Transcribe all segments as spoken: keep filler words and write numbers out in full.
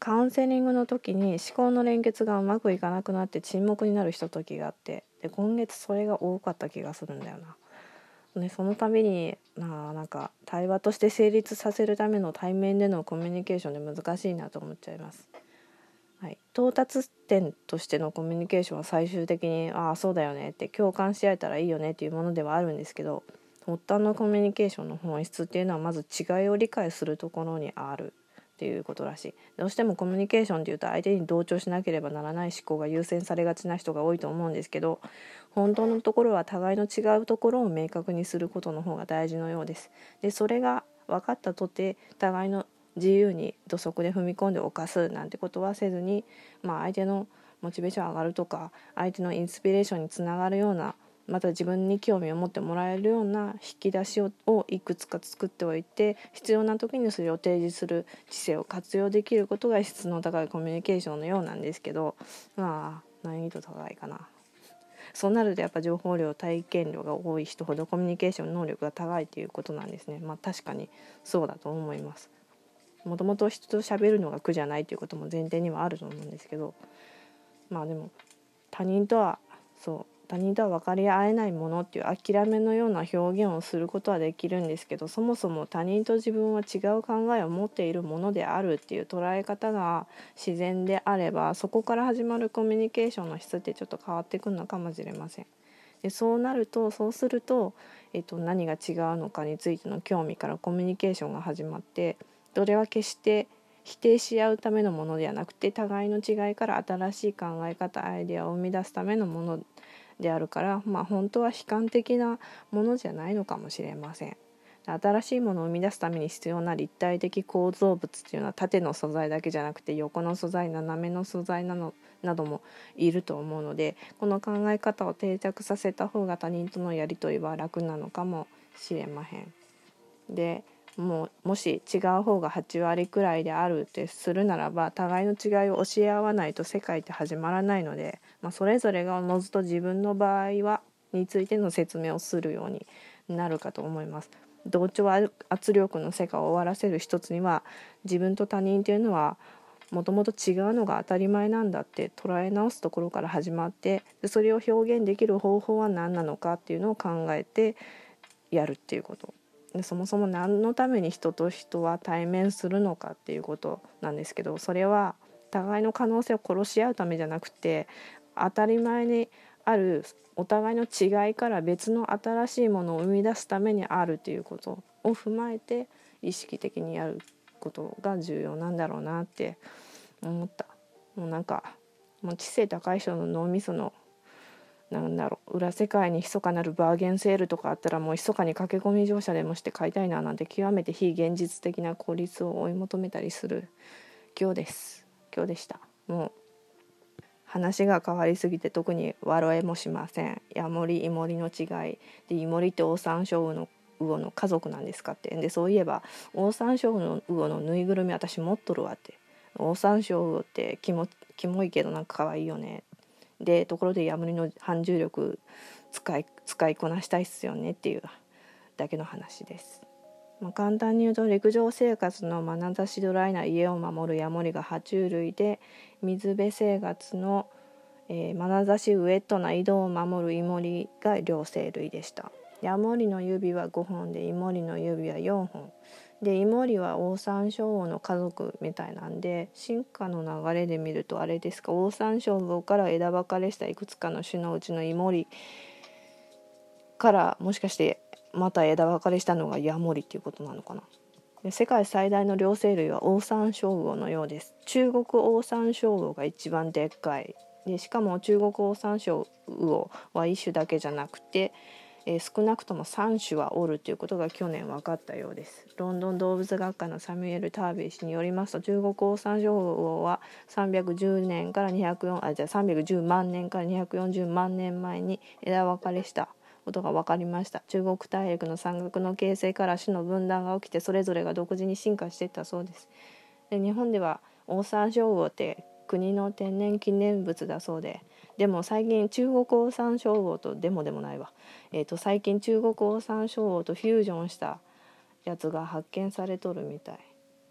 カウンセリングの時に思考の連結がうまくいかなくなって沈黙になるひとときがあって、で今月それが多かった気がするんだよな。でその度にまあなんか対話として成立させるための対面でのコミュニケーションで難しいなと思っちゃいます。はい、到達点としてのコミュニケーションは最終的にああそうだよねって共感し合えたらいいよねっていうものではあるんですけど、発端のコミュニケーションの本質っていうのはまず違いを理解するところにあるっていうことらしい。どうしてもコミュニケーションっていうと相手に同調しなければならない思考が優先されがちな人が多いと思うんですけど、本当のところは互いの違うところを明確にすることの方が大事のようです。でそれが分かったとて互いの自由に土足で踏み込んで犯すなんてことはせずに、まあ、相手のモチベーション上がるとか相手のインスピレーションにつながるような、また自分に興味を持ってもらえるような引き出しををいくつか作っておいて、必要な時にそれを提示する知性を活用できることが質の高いコミュニケーションのようなんですけど、まあ難易度高いかな。そうなるとやっぱ情報量体験量が多い人ほどコミュニケーション能力が高いということなんですね。まあ確かにそうだと思います。もともと人と喋るのが苦じゃないということも前提にはあると思うんですけど、まあでも他人とはそう他人とは分かり合えないものっていう諦めのような表現をすることはできるんですけど、そもそも他人と自分は違う考えを持っているものであるっていう捉え方が自然であれば、そこから始まるコミュニケーションの質ってちょっと変わってくるのかもしれません。でそうなるとそうすると、えっと、何が違うのかについての興味からコミュニケーションが始まって、それは決して否定し合うためのものではなくて、互いの違いから新しい考え方アイデアを生み出すためのものであるから、まあ本当は悲観的なものじゃないのかもしれません。新しいものを生み出すために必要な立体的構造物っていうのは縦の素材だけじゃなくて横の素材斜めの素材なのなどもいると思うので、この考え方を定着させた方が他人とのやり取りは楽なのかもしれません。でもうもし違う方がはち割くらいであるってするならば、互いの違いを教え合わないと世界って始まらないので、まあ、それぞれがおのずと自分の場合はについての説明をするようになるかと思います。同調圧力の世界を終わらせる一つには、自分と他人というのはもともと違うのが当たり前なんだって捉え直すところから始まって、でそれを表現できる方法は何なのかっていうのを考えてやるっていうこと。でそもそも何のために人と人は対面するのかっていうことなんですけど、それは互いの可能性を殺し合うためじゃなくて、当たり前にあるお互いの違いから別の新しいものを生み出すためにあるということを踏まえて意識的にやることが重要なんだろうなって思った。もうなんかもう知性高い人の脳みそのなんだろう裏世界に密かなるバーゲンセールとかあったら、もう密かに駆け込み乗車でもして買いたいななんて極めて非現実的な効率を追い求めたりする今日です今日でした。もう話が変わりすぎて特に笑えもしません。ヤモリイモリの違いで、イモリってオオサンショウウオの魚の家族なんですかって。でそういえばオオサンショウウオの魚のぬいぐるみ私持っとるわって。オオサンショウウオってキモキモいけどなんか可愛いよね。でところでヤモリの反重力使い使いこなしたいっすよねっていうだけの話です。まあ、簡単に言うと陸上生活の眼差しドライな家を守るヤモリが爬虫類で、水辺生活の、えー、眼差しウェットな井戸を守るイモリが両生類でした。ヤモリの指はごほんでイモリの指はよんほんで、イモリはオオサンショウウオの家族みたいなんで、進化の流れで見るとあれですか、オオサンショウウオから枝分かれしたいくつかの種のうちのイモリからもしかしてまた枝分かれしたのがヤモリっていうことなのかな。で世界最大の両生類はオオサンショウウオのようです。中国オオサンショウウオが一番でっかいで、しかも中国オオサンショウウオは一種だけじゃなくて、えー、少なくともさん種はおるということが去年分かったようです。ロンドン動物学科のサミュエル・タービー氏によりますと、中国オオサンショウウオはさんびゃくじゅうねんからにひゃくよんあじゃあさんびゃくじゅうまんねんからにひゃくよんじゅうまんねんまえに枝分かれしたことが分かりました。中国大陸の山岳の形成から種の分断が起きて、それぞれが独自に進化していったそうです。で日本ではオオサンショウウオって国の天然記念物だそうで、でも最近中国オオサンショウウオとでもでもないわ、えー、と最近中国オオサンショウウオとフュージョンしたやつが発見されとるみたい。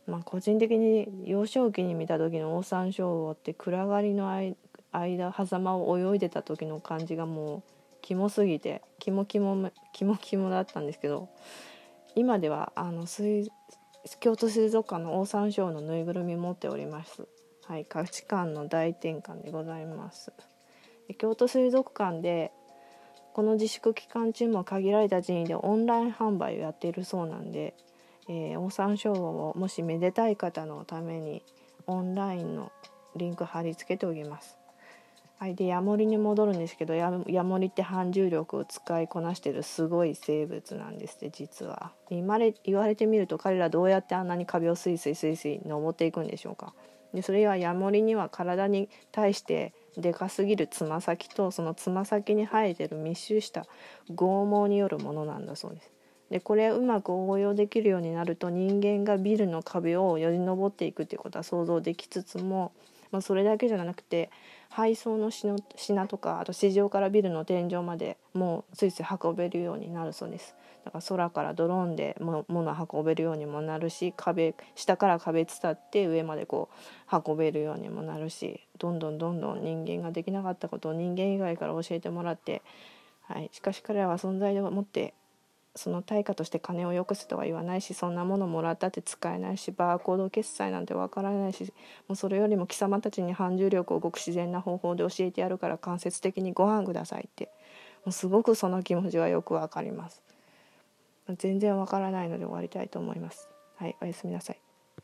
まあ、個人的に幼少期に見た時のオオサンショウウオって暗がりの間狭間を泳いでた時の感じがもうキモすぎてキモキモキモキモだったんですけど、今ではあの水京都水族館のオオサンショウウオのぬいぐるみ持っております。はい、価値観の大転換でございます。京都水族館でこの自粛期間中も限られた人員でオンライン販売をやっているそうなんで、えー、オオサンショウウオをもしめでたい方のためにオンラインのリンク貼り付けておきます。はい、でヤモリに戻るんですけど、ヤモリって反重力を使いこなしているすごい生物なんですって実は。言われ、言われてみると彼らどうやってあんなに壁をスイスイスイスイ登っていくんでしょうか。でそれはヤモリには体に対してでかすぎるつま先とそのつま先に生えている密集した剛毛によるものなんだそうです。でこれをうまく応用できるようになると人間がビルの壁をよじ登っていくっていうことは想像できつつも、まあ、それだけじゃなくて配送の品とかあと地上からビルの天井までもうついつい運べるようになるそうです。だから空からドローンでも物を運べるようにもなるし、壁下から壁伝って上までこう運べるようにもなるし、どんどんどんどん人間ができなかったことを人間以外から教えてもらって、はい、しかし彼らは存在を持ってその対価として金をよこせとは言わないし、そんなものもらったって使えないし、バーコード決済なんてわからないし、もうそれよりも貴様たちに反重力をごく自然な方法で教えてやるから間接的にご飯くださいって、もうすごくその気持ちはよくわかります。全然わからないので終わりたいと思います。はい、おやすみなさい。